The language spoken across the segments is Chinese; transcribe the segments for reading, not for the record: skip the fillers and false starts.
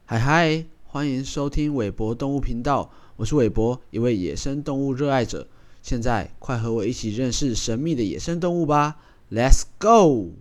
嗨，欢迎收听韦博动物频道，我是韦博，一位野生动物热爱者。现在快和我一起认识神秘的野生动物吧 ，Let's go！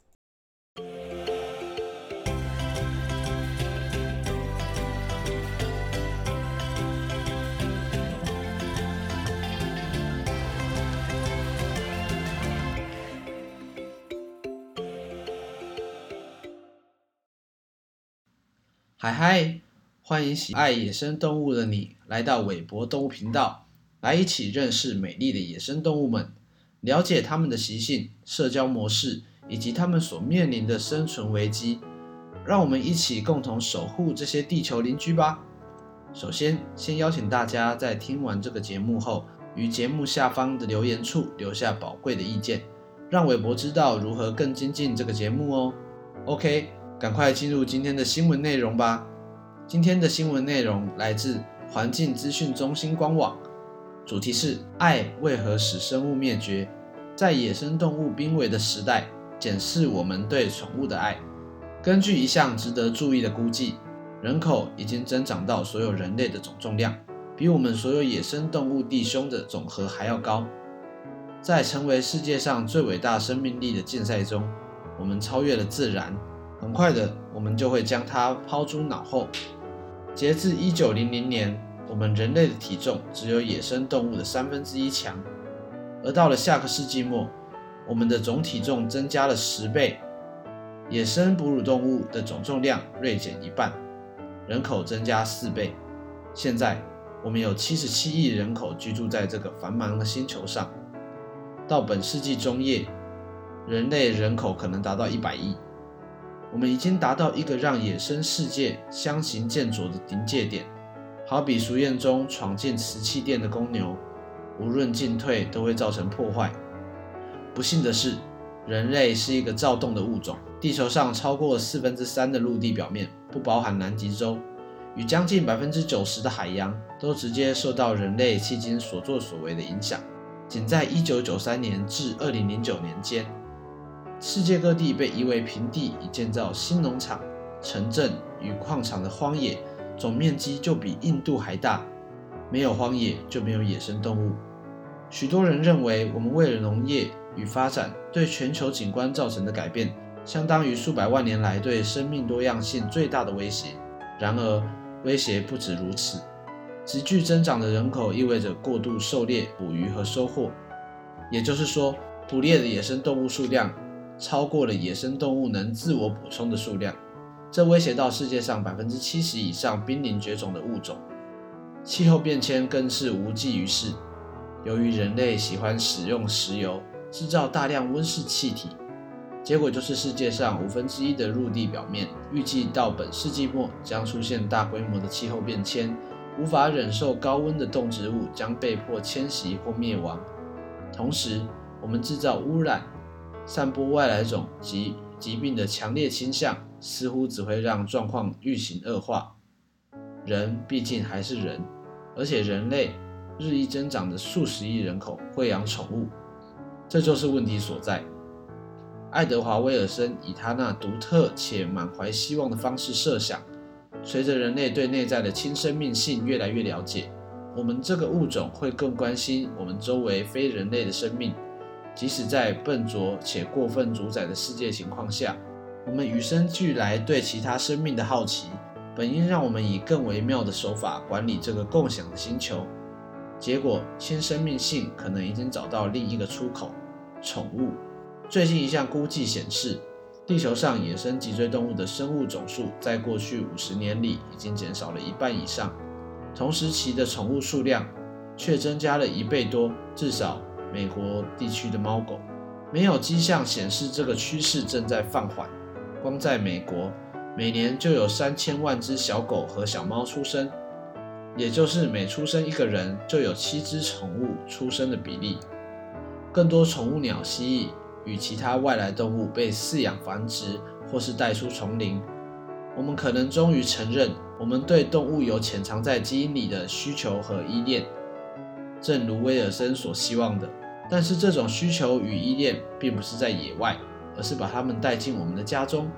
嗨，欢迎喜爱野生动物的你来到韦博动物频道，来一起认识美丽的野生动物们，了解它们的习性、社交模式以及它们所面临的生存危机。让我们一起共同守护这些地球邻居吧。首先邀请大家在听完这个节目后，于节目下方的留言处留下宝贵的意见，让韦博知道如何更精进这个节目哦。OK。赶快进入今天的新闻内容吧。今天的新闻内容来自环境资讯中心官网，主题是爱为何使生物灭绝？在野生动物濒危的时代，检视我们对宠物的爱。根据一项值得注意的估计，人口已经增长到所有人类的总重量，比我们所有野生动物弟兄的总和还要高。在成为世界上最伟大生命力的竞赛中，我们超越了自然。很快的，我们就会将它抛诸脑后。截至1900年，我们人类的体重只有野生动物的1/3强，而到了下个世纪末，我们的总体重增加了10倍，野生哺乳动物的总重量锐减1半，人口增加4倍。现在，我们有77亿人口居住在这个繁忙的星球上。到本世纪中叶，人类人口可能达到100亿。我们已经达到一个让野生世界相形见绌的临界点，好比俗谚中闯进瓷器店的公牛，无论进退都会造成破坏。不幸的是，人类是一个躁动的物种，地球上超过3/4的陆地表面，不包含南极洲，与将近90%的海洋都直接受到人类迄今所作所为的影响。仅在1993年至2009年间，世界各地被夷为平地以建造新农场、城镇与矿场的荒野，总面积就比印度还大。没有荒野，就没有野生动物。许多人认为，我们为了农业与发展对全球景观造成的改变，相当于数百万年来对生命多样性最大的威胁。然而，威胁不止如此。急剧增长的人口意味着过度狩猎、捕鱼和收获，也就是说，捕猎的野生动物数量超过了野生动物能自我补充的数量，这威胁到世界上70%以上濒临绝种的物种。气候变迁更是无济于事，由于人类喜欢使用石油，制造大量温室气体，结果就是世界上1/5的陆地表面，预计到本世纪末将出现大规模的气候变迁，无法忍受高温的动植物将被迫迁徙或灭亡。同时，我们制造污染，散播外来种及疾病的强烈倾向，似乎只会让状况愈行恶化。人毕竟还是人，而且人类日益增长的数十亿人口会养宠物，这就是问题所在。爱德华·威尔森以他那独特且满怀希望的方式设想，随着人类对内在的亲生命性越来越了解，我们这个物种会更关心我们周围非人类的生命。即使在笨拙且过分主宰的世界情况下，我们与生俱来对其他生命的好奇，本应让我们以更微妙的手法管理这个共享的星球。结果，亲生命性可能已经找到另一个出口——宠物。最近一项估计显示，地球上野生脊椎动物的生物总数在过去50年里已经减少了1半以上，同时其的宠物数量却增加了1倍多，至少美国地区的猫狗。没有迹象显示这个趋势正在放缓。光在美国，每年就有3000万只小狗和小猫出生，也就是每出生一个人就有7只宠物出生的比例。更多宠物鸟、蜥蜴与其他外来动物被饲养繁殖或是带出丛林。我们可能终于承认，我们对动物有潜藏在基因里的需求和依恋，正如威尔森所希望的。但是这种需求与依恋并不是在野外，而是把它们带进我们的家中。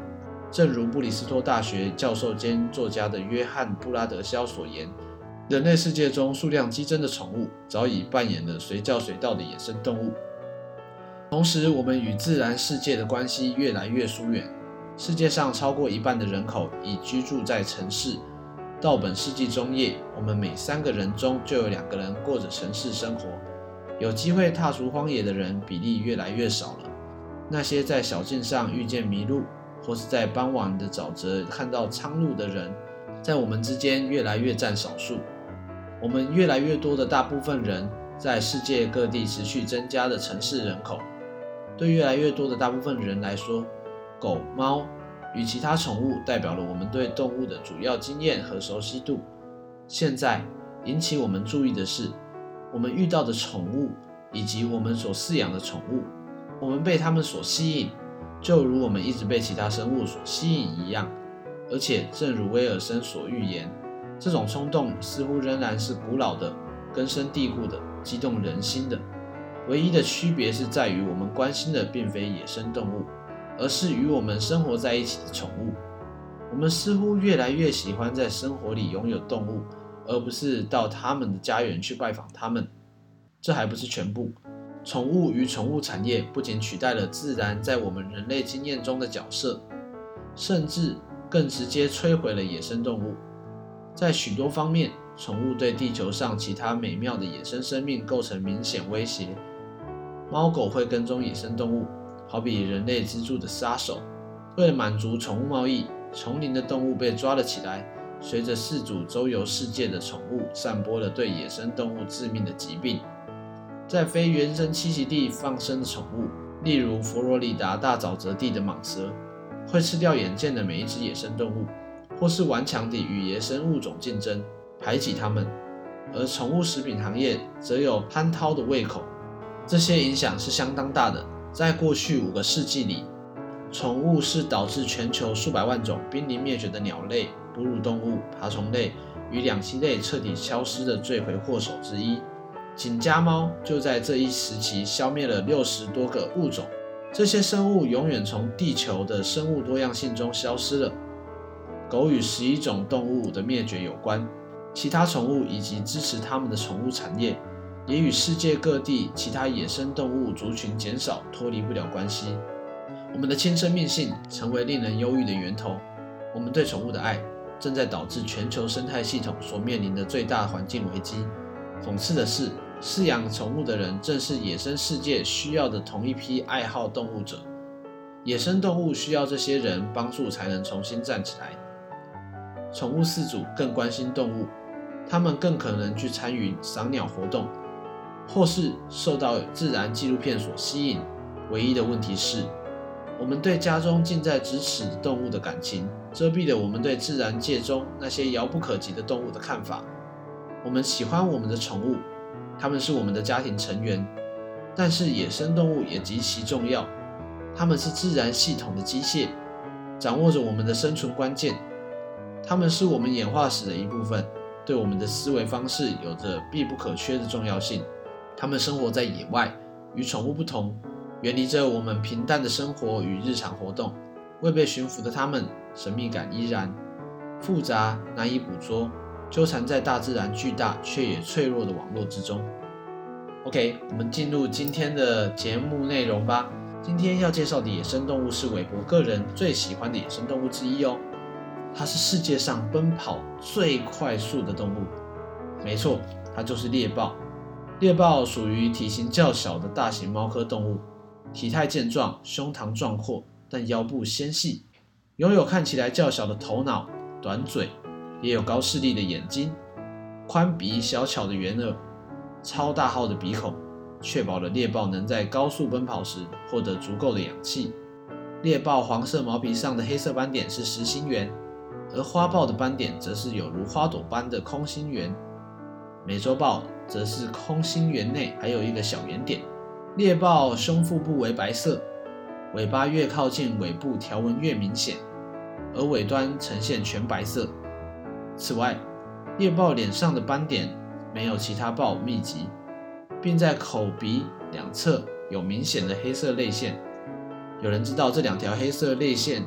正如布里斯托大学教授兼作家的约翰·布拉德肖所言，人类世界中数量激增的宠物早已扮演了随叫随到的野生动物。同时，我们与自然世界的关系越来越疏远。世界上超过一半的人口已居住在城市。到本世纪中叶，我们每3个人中就有2个人过着城市生活。有机会踏足荒野的人比例越来越少了。那些在小径上遇见麋鹿，或是在傍晚的沼泽看到苍鹭的人，在我们之间越来越占少数。我们越来越多的大部分人，在世界各地持续增加的城市人口，对越来越多的大部分人来说，狗、猫与其他宠物代表了我们对动物的主要经验和熟悉度。现在引起我们注意的是，我们遇到的宠物以及我们所饲养的宠物，我们被它们所吸引，就如我们一直被其他生物所吸引一样。而且正如威尔森所预言，这种冲动似乎仍然是古老的、根深蒂固的、激动人心的。唯一的区别是在于我们关心的并非野生动物，而是与我们生活在一起的宠物。我们似乎越来越喜欢在生活里拥有动物，而不是到他们的家园去拜访他们。这还不是全部，宠物与宠物产业不仅取代了自然在我们人类经验中的角色，甚至更直接摧毁了野生动物。在许多方面，宠物对地球上其他美妙的野生生命构成明显威胁。猫狗会跟踪野生动物，好比人类资助的杀手。为了满足宠物贸易，丛林的动物被抓了起来，随着饲主周游世界的宠物散播了对野生动物致命的疾病。在非原生栖息地放生的宠物，例如佛罗里达大沼泽地的蟒蛇，会吃掉眼见的每一只野生动物，或是顽强地与野生物种竞争，排挤它们。而宠物食品行业则有攀饕的胃口。这些影响是相当大的。在过去5个世纪里，宠物是导致全球数百万种濒临灭绝的鸟类、哺乳动物、爬虫类与两栖类彻底消失的罪魁祸首之一。仅家猫就在这一时期消灭了60多个物种。这些生物永远从地球的生物多样性中消失了。狗与11种动物的灭绝有关，其他宠物以及支持它们的宠物产业也与世界各地其他野生动物族群减少脱离不了关系。我们的亲生命性成为令人忧郁的源头。我们对宠物的爱正在导致全球生态系统所面临的最大环境危机。讽刺的是，饲养宠物的人正是野生世界需要的同一批爱好动物者。野生动物需要这些人帮助才能重新站起来。宠物饲主更关心动物，他们更可能去参与赏鸟活动，或是受到自然纪录片所吸引。唯一的问题是，我们对家中近在咫尺的动物的感情，遮蔽了我们对自然界中那些遥不可及的动物的看法。我们喜欢我们的宠物，它们是我们的家庭成员，但是野生动物也极其重要。它们是自然系统的机械，掌握着我们的生存关键。它们是我们演化史的一部分，对我们的思维方式有着必不可缺的重要性。它们生活在野外，与宠物不同，远离着我们平淡的生活与日常活动。未被驯服的它们，神秘感依然复杂，难以捕捉，纠缠在大自然巨大却也脆弱的网络之中。OK， 我们进入今天的节目内容吧。今天要介绍的野生动物是韦伯个人最喜欢的野生动物之一哦。它是世界上奔跑最快速的动物。没错，它就是猎豹。猎豹属于体型较小的大型猫科动物，体态健壮，胸膛壮阔，但腰部纤细，拥有看起来较小的头脑、短嘴，也有高视力的眼睛、宽鼻小巧的圆耳、超大号的鼻孔，确保了猎豹能在高速奔跑时获得足够的氧气。猎豹黄色毛皮上的黑色斑点是实心圆，而花豹的斑点则是有如花朵般的空心圆。美洲豹则是空心圆内还有一个小圆点。猎豹胸腹部为白色，尾巴越靠近尾部条纹越明显，而尾端呈现全白色。此外，猎豹脸上的斑点没有其他豹密集，并在口鼻两侧有明显的黑色泪线。有人知道这2条黑色泪线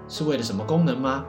是为了什么功能吗？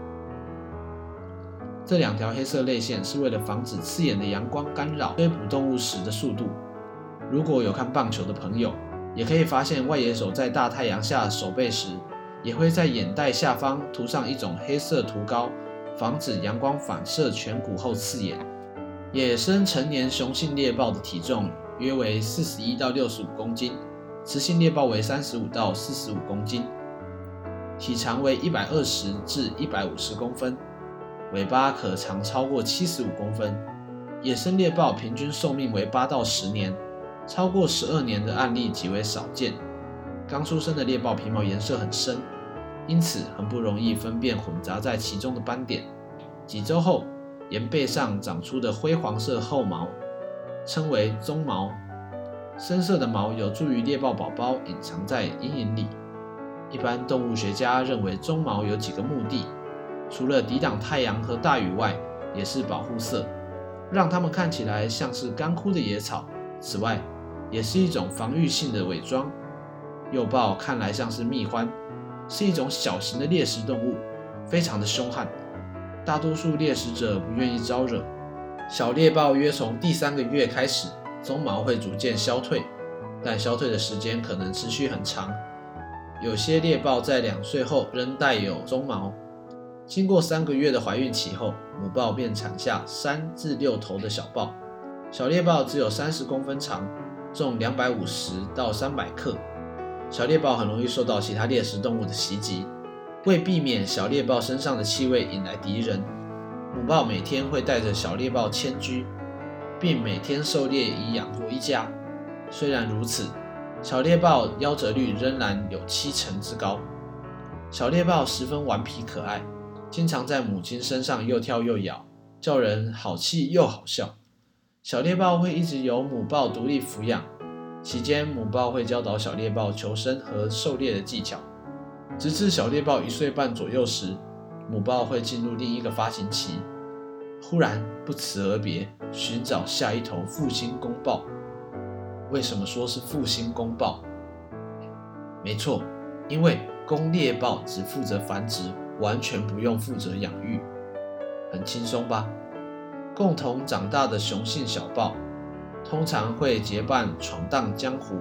这2条黑色类线是为了防止刺眼的阳光干扰追捕动物时的速度。如果有看棒球的朋友，也可以发现外野手在大太阳下守备时，也会在眼袋下方涂上一种黑色涂膏，防止阳光反射颧骨后刺眼。野生成年雄性猎豹的体重约为41到65公斤，雌性猎豹为35到45公斤，体长为120至150公分，尾巴可长超过75公分。野生猎豹平均寿命为8到10年，超过12年的案例极为少见。刚出生的猎豹皮毛颜色很深，因此很不容易分辨混杂在其中的斑点。几周后，沿背上长出的灰黄色后毛称为鬃毛，深色的毛有助于猎豹宝宝隐藏在阴影里。一般动物学家认为鬃毛有几个目的，除了抵挡太阳和大雨外，也是保护色，让它们看起来像是干枯的野草。此外，也是一种防御性的伪装。幼豹看来像是蜜獾，是一种小型的猎食动物，非常的凶悍，大多数猎食者不愿意招惹。小猎豹约从第3个月开始，鬃毛会逐渐消退，但消退的时间可能持续很长。有些猎豹在2岁后仍带有鬃毛。经过3个月的怀孕期后，母豹便产下3至6头的小豹。小猎豹只有30公分长，重250到300克。小猎豹很容易受到其他猎食动物的袭击。为避免小猎豹身上的气味引来敌人，母豹每天会带着小猎豹迁居，并每天狩猎以养活一家。虽然如此，小猎豹夭折率仍然有70%之高。小猎豹十分顽皮可爱，经常在母亲身上又跳又咬，叫人好气又好笑。小猎豹会一直由母豹独立抚养，期间母豹会教导小猎豹求生和狩猎的技巧，直至小猎豹1岁半左右时，母豹会进入另一个发情期，忽然不辞而别，寻找下一头父亲公豹。为什么说是父亲公豹？没错，因为公猎豹只负责繁殖，完全不用负责养育，很轻松吧？共同长大的雄性小豹通常会结伴闯荡江湖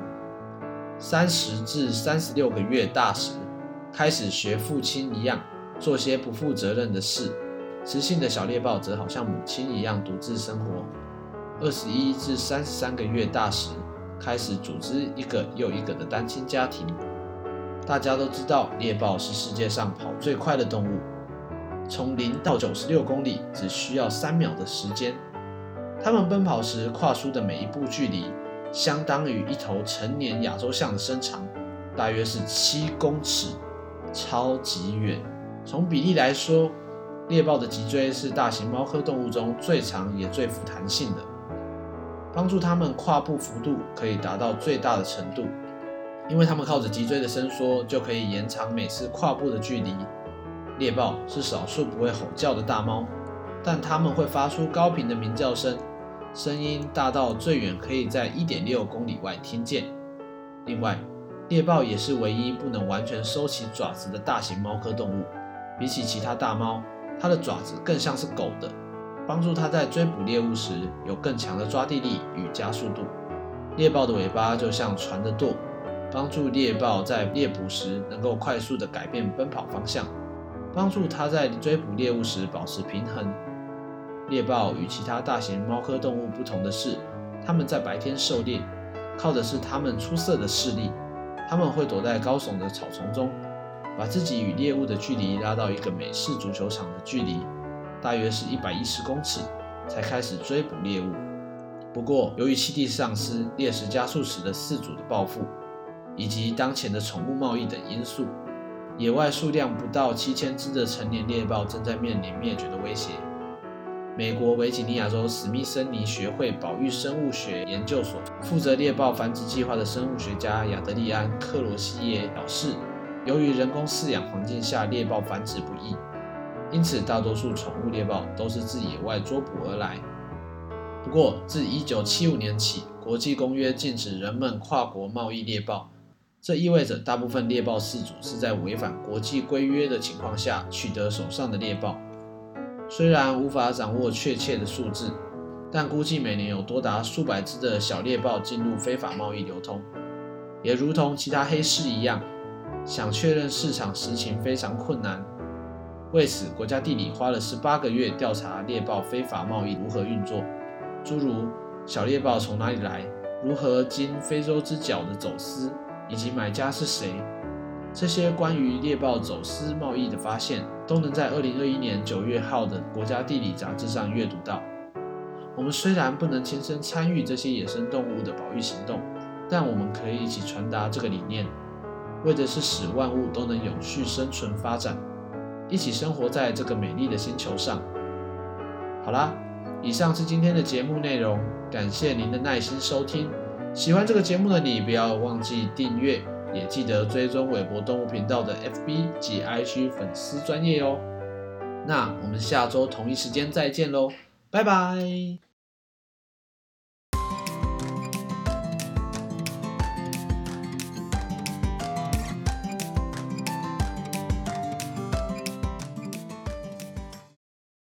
，30至36个月大时开始学父亲一样做些不负责任的事。雌性的小猎豹则好像母亲一样独自生活，21至33个月大时开始组织一个又一个的单亲家庭。大家都知道猎豹是世界上跑最快的动物，从0到96公里只需要3秒的时间。它们奔跑时跨出的每一步距离，相当于一头成年亚洲象的身长，大约是7公尺，超级远。从比例来说，猎豹的脊椎是大型猫科动物中最长也最富弹性的，帮助它们跨步幅度可以达到最大的程度。因为它们靠着脊椎的伸缩就可以延长每次跨步的距离。猎豹是少数不会吼叫的大猫，但它们会发出高频的鸣叫声，声音大到最远可以在1.6公里外听见。另外，猎豹也是唯一不能完全收起爪子的大型猫科动物。比起其他大猫，它的爪子更像是狗的，帮助它在追捕猎物时有更强的抓地力与加速度。猎豹的尾巴就像船的舵，帮助猎豹在猎捕时能够快速地改变奔跑方向，帮助它在追捕猎物时保持平衡。猎豹与其他大型猫科动物不同的是，它们在白天狩猎，靠的是它们出色的视力。它们会躲在高耸的草丛中，把自己与猎物的距离拉到一个美式足球场的距离，大约是110公尺，才开始追捕猎物。不过，由于栖地丧失、猎食加速时的饲主的报复，以及当前的宠物贸易等因素，野外数量不到7000只的成年猎豹正在面临灭绝的威胁。美国维吉尼亚州史密森尼学会保育生物学研究所负责猎豹繁殖计划的生物学家亚德利安·克罗西耶表示，由于人工饲养环境下猎豹繁殖不易，因此大多数宠物猎豹都是自野外捉捕而来。不过，自1975年起，国际公约禁止人们跨国贸易猎豹。 这意味着大部分猎豹饲主是在违反国际规约的情况下取得手上的猎豹。虽然无法掌握确切的数字，但估计每年有多达数百只的小猎豹进入非法贸易流通。也如同其他黑市一样，想确认市场实情非常困难。为此，国家地理花了18个月调查猎豹非法贸易如何运作，诸如小猎豹从哪里来，如何经非洲之角的走私，以及买家是谁。这些关于猎豹走私贸易的发现，都能在2021年9月号的国家地理杂志上阅读到。我们虽然不能亲身参与这些野生动物的保育行动，但我们可以一起传达这个理念，为的是使万物都能永续生存发展，一起生活在这个美丽的星球上。好啦，以上是今天的节目内容，感谢您的耐心收听。喜欢这个节目的你，不要忘记订阅，也记得追踪韦伯动物频道的 FB 及 IG 粉丝专页哦。那我们下周同一时间再见喽，拜拜。